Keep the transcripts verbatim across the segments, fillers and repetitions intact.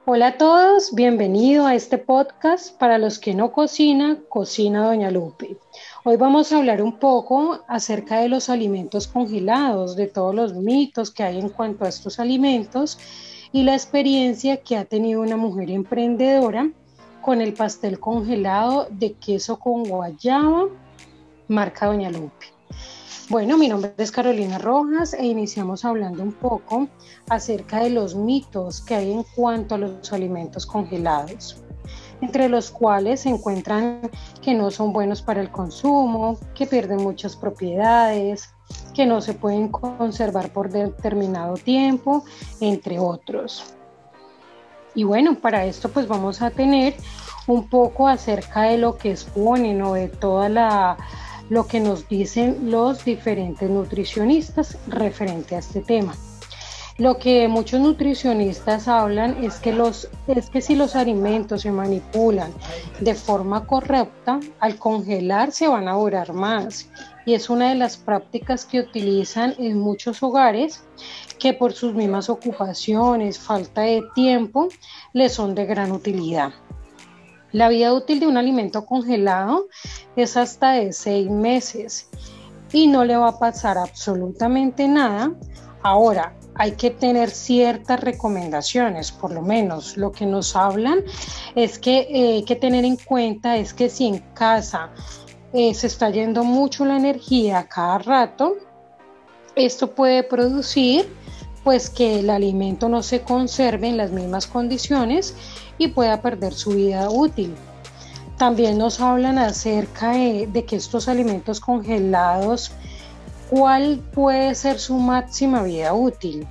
Hola a todos, bienvenido a este podcast. Para los que no cocina, cocina Doña Lupe. Hoy vamos a hablar un poco acerca de los alimentos congelados, de todos los mitos que hay en cuanto a estos alimentos y la experiencia que ha tenido una mujer emprendedora con el pastel congelado de queso con guayaba, marca Doña Lupe. Bueno, mi nombre es Carolina Rojas e iniciamos hablando un poco acerca de los mitos que hay en cuanto a los alimentos congelados, entre los cuales se encuentran que no son buenos para el consumo, que pierden muchas propiedades, que no se pueden conservar por determinado tiempo, entre otros. Y bueno, para esto pues vamos a tener un poco acerca de lo que exponen o de toda la lo que nos dicen los diferentes nutricionistas referente a este tema. Lo que muchos nutricionistas hablan es que, los, es que si los alimentos se manipulan de forma correcta, al congelar se van a durar más. Y es una de las prácticas que utilizan en muchos hogares que por sus mismas ocupaciones, falta de tiempo, les son de gran utilidad. La vida útil de un alimento congelado es hasta de seis meses y no le va a pasar absolutamente nada. Ahora, hay que tener ciertas recomendaciones, por lo menos lo que nos hablan es que eh, hay que tener en cuenta es que si en casa eh, se está yendo mucho la energía cada rato, esto puede producir pues que el alimento no se conserve en las mismas condiciones y pueda perder su vida útil. También nos hablan acerca de, de que estos alimentos congelados, cuál puede ser su máxima vida útil.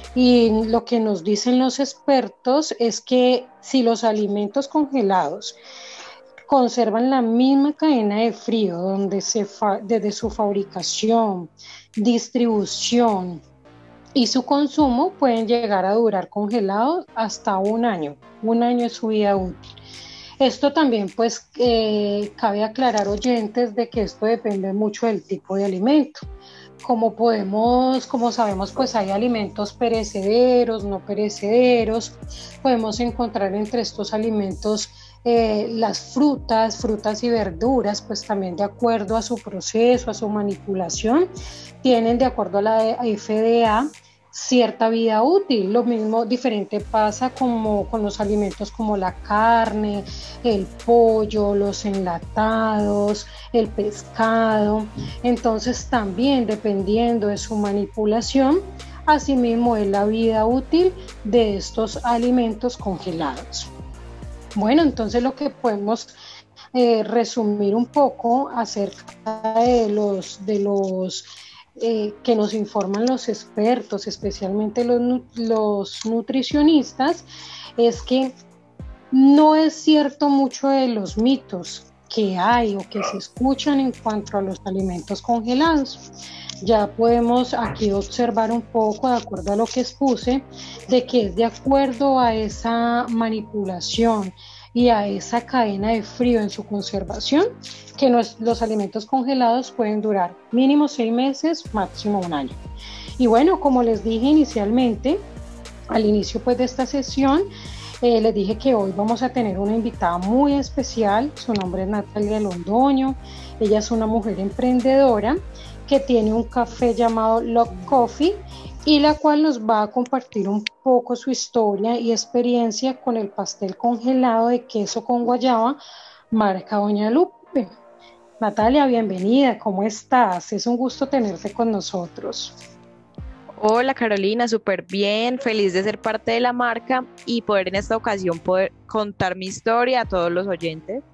Y lo que nos dicen los expertos es que si los alimentos congelados conservan la misma cadena de frío donde se fa- desde su fabricación, distribución, y su consumo pueden llegar a durar congelados hasta un año, un año es su vida útil. Esto también pues eh, cabe aclarar oyentes de que esto depende mucho del tipo de alimento. Como podemos, como sabemos, pues hay alimentos perecederos, no perecederos. Podemos encontrar entre estos alimentos eh, las frutas, frutas y verduras, pues también de acuerdo a su proceso, a su manipulación, tienen de acuerdo a la F D A cierta vida útil. Lo mismo diferente pasa como con los alimentos como la carne, el pollo, los enlatados, el pescado. Entonces también dependiendo de su manipulación, asimismo es la vida útil de estos alimentos congelados. Bueno, entonces lo que podemos eh, resumir un poco acerca de los de los eh, que nos informan los expertos, especialmente los, los nutricionistas, es que no es cierto mucho de los mitos que hay o que se escuchan en cuanto a los alimentos congelados. Ya podemos aquí observar un poco, de acuerdo a lo que expuse, de que es de acuerdo a esa manipulación y a esa cadena de frío en su conservación, que nos, los alimentos congelados pueden durar mínimo seis meses, máximo un año. Y bueno, como les dije inicialmente, al inicio pues de esta sesión, eh, les dije que hoy vamos a tener una invitada muy especial. Su nombre es Natalia Londoño. Ella es una mujer emprendedora que tiene un café llamado Love Coffee y la cual nos va a compartir un poco su historia y experiencia con el pastel congelado de queso con guayaba, marca Doña Lupe. Natalia, bienvenida, ¿cómo estás? Es un gusto tenerte con nosotros. Hola Carolina, súper bien, feliz de ser parte de la marca y poder en esta ocasión poder contar mi historia a todos los oyentes.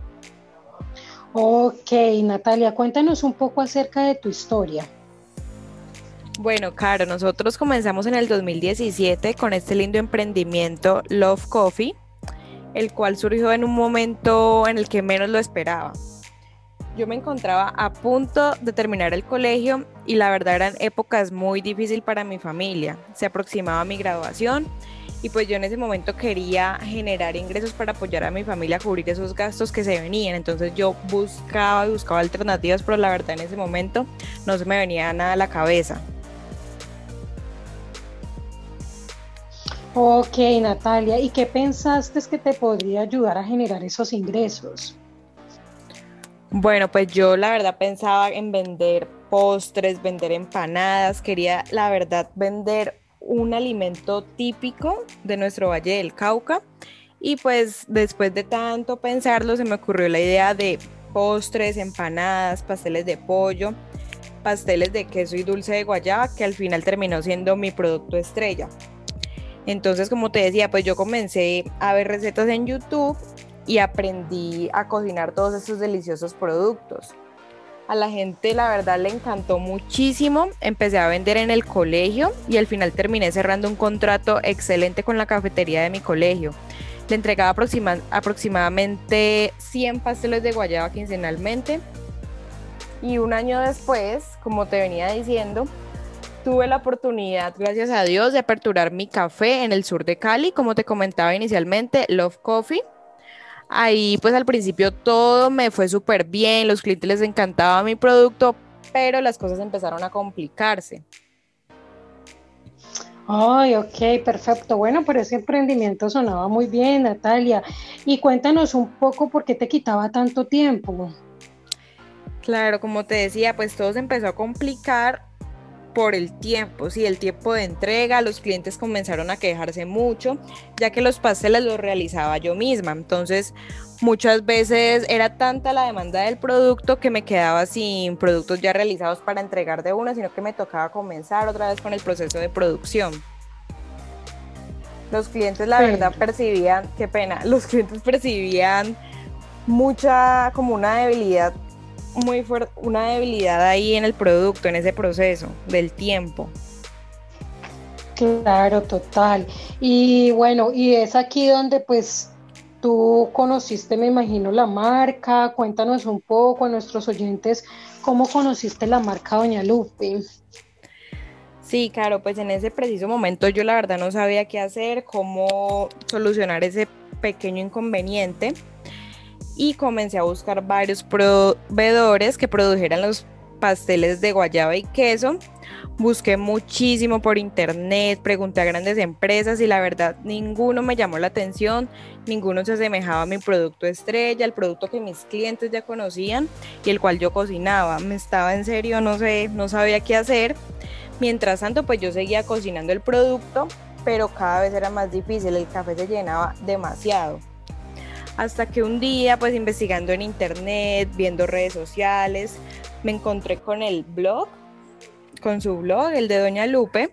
Ok, Natalia, cuéntanos un poco acerca de tu historia. Bueno, Caro, nosotros comenzamos en el dos mil diecisiete con este lindo emprendimiento Love Coffee, el cual surgió en un momento en el que menos lo esperaba. Yo me encontraba a punto de terminar el colegio y la verdad eran épocas muy difíciles para mi familia. Se aproximaba mi graduación y pues yo en ese momento quería generar ingresos para apoyar a mi familia a cubrir esos gastos que se venían. Entonces yo buscaba y buscaba alternativas, pero la verdad en ese momento no se me venía nada a la cabeza. Ok, Natalia, ¿y qué pensaste que te podría ayudar a generar esos ingresos? Bueno, pues yo la verdad pensaba en vender postres, vender empanadas, quería la verdad vender un alimento típico de nuestro Valle del Cauca y pues después de tanto pensarlo se me ocurrió la idea de postres, empanadas, pasteles de pollo, pasteles de queso y dulce de guayaba, que al final terminó siendo mi producto estrella. Entonces, como te decía, pues yo comencé a ver recetas en YouTube y aprendí a cocinar todos esos deliciosos productos. A la gente la verdad le encantó muchísimo, empecé a vender en el colegio y al final terminé cerrando un contrato excelente con la cafetería de mi colegio. Le entregaba aproxima, aproximadamente cien pasteles de guayaba quincenalmente y un año después, como te venía diciendo, tuve la oportunidad, gracias a Dios, de aperturar mi café en el sur de Cali, como te comentaba inicialmente, Love Coffee. Ahí pues al principio todo me fue súper bien, los clientes les encantaba mi producto, pero las cosas empezaron a complicarse. Ay, ok, perfecto. Bueno, pero ese emprendimiento sonaba muy bien, Natalia. Y cuéntanos un poco por qué te quitaba tanto tiempo. Claro, como te decía, pues todo se empezó a complicar por el tiempo, sí, el tiempo de entrega, los clientes comenzaron a quejarse mucho, ya que los pasteles los realizaba yo misma, entonces muchas veces era tanta la demanda del producto que me quedaba sin productos ya realizados para entregar de una, sino que me tocaba comenzar otra vez con el proceso de producción. Los clientes la verdad Pero, percibían, qué pena, los clientes percibían mucha, como una debilidad muy fuerte, una debilidad ahí en el producto, en ese proceso del tiempo. claro, total. Y bueno, y es aquí donde pues tú conociste, me imagino, la marca. Cuéntanos un poco a nuestros oyentes cómo conociste la marca Doña Lupe. Sí, claro, pues en ese preciso momento yo la verdad no sabía qué hacer, cómo solucionar ese pequeño inconveniente y comencé a buscar varios proveedores que produjeran los pasteles de guayaba y queso. Busqué muchísimo por internet, pregunté a grandes empresas y la verdad ninguno me llamó la atención, ninguno se asemejaba a mi producto estrella, el producto que mis clientes ya conocían y el cual yo cocinaba. Me estaba en serio, no sé, no sabía qué hacer. Mientras tanto, pues yo seguía cocinando el producto, pero cada vez era más difícil, el café se llenaba demasiado. Hasta que un día, pues investigando en internet, viendo redes sociales, me encontré con el blog, con su blog, el de Doña Lupe,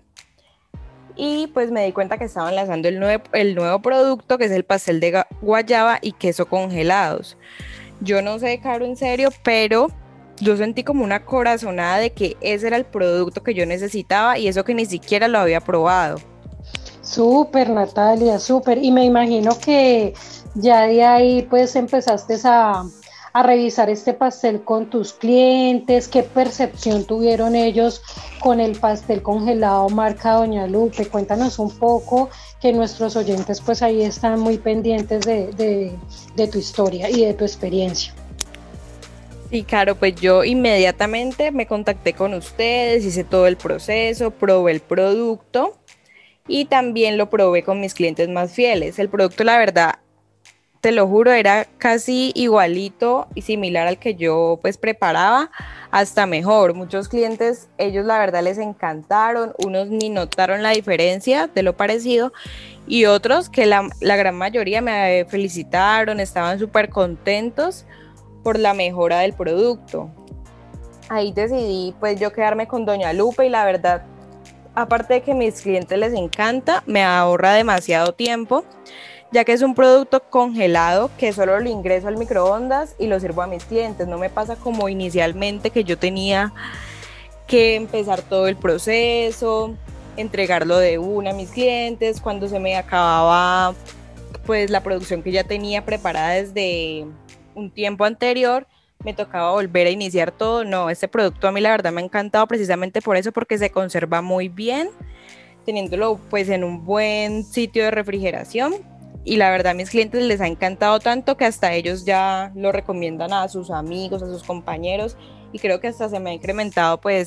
y pues me di cuenta que estaban lanzando el nuevo, el nuevo producto, que es el pastel de guayaba y queso congelados. Yo no sé, Caro, en serio, pero yo sentí como una corazonada de que ese era el producto que yo necesitaba y eso que ni siquiera lo había probado. Súper, Natalia, súper. Y me imagino que ya de ahí pues empezaste a, a revisar este pastel con tus clientes. ¿Qué percepción tuvieron ellos con el pastel congelado marca Doña Lupe? Cuéntanos un poco, que nuestros oyentes pues ahí están muy pendientes de, de, de tu historia y de tu experiencia. Sí, claro, pues yo inmediatamente me contacté con ustedes, hice todo el proceso, probé el producto y también lo probé con mis clientes más fieles. El producto, la verdad, te lo juro, era casi igualito y similar al que yo pues preparaba, hasta mejor. Muchos clientes, ellos la verdad les encantaron, unos ni notaron la diferencia de lo parecido y otros que la, la gran mayoría me felicitaron, estaban súper contentos por la mejora del producto. Ahí decidí pues yo quedarme con Doña Lupe y la verdad, aparte de que a mis clientes les encanta, me ahorra demasiado tiempo, ya que es un producto congelado que solo lo ingreso al microondas y lo sirvo a mis clientes. No me pasa como inicialmente que yo tenía que empezar todo el proceso, entregarlo de una a mis clientes, cuando se me acababa pues la producción que ya tenía preparada desde un tiempo anterior, me tocaba volver a iniciar todo. No, este producto a mí la verdad me ha encantado precisamente por eso, porque se conserva muy bien, teniéndolo pues en un buen sitio de refrigeración. Y la verdad a mis clientes les ha encantado tanto que hasta ellos ya lo recomiendan a sus amigos, a sus compañeros y creo que hasta se me ha incrementado pues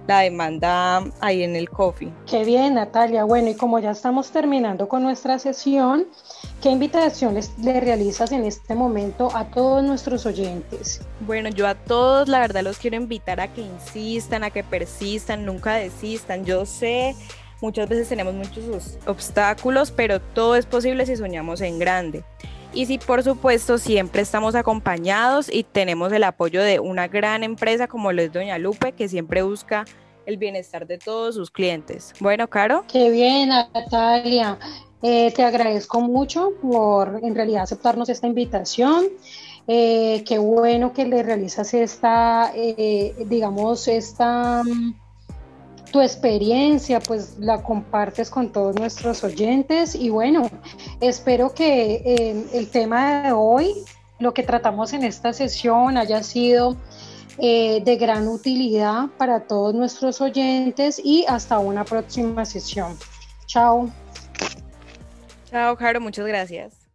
la demanda ahí en el coffee. Qué bien, Natalia. Bueno, y como ya estamos terminando con nuestra sesión, ¿qué invitación les, le realizas en este momento a todos nuestros oyentes? Bueno, yo a todos la verdad los quiero invitar a que insistan, a que persistan, nunca desistan. Yo sé, muchas veces tenemos muchos obstáculos, pero todo es posible si soñamos en grande. Y sí, por supuesto, siempre estamos acompañados y tenemos el apoyo de una gran empresa como lo es Doña Lupe, que siempre busca el bienestar de todos sus clientes. Bueno, Caro. Qué bien, Natalia. Eh, te agradezco mucho por en realidad aceptarnos esta invitación. Eh, qué bueno que le realizas esta, eh, digamos, esta... tu experiencia, pues la compartes con todos nuestros oyentes y bueno, espero que eh, el tema de hoy, lo que tratamos en esta sesión haya sido eh, de gran utilidad para todos nuestros oyentes y hasta una próxima sesión. Chao. Chao, Caro, muchas gracias.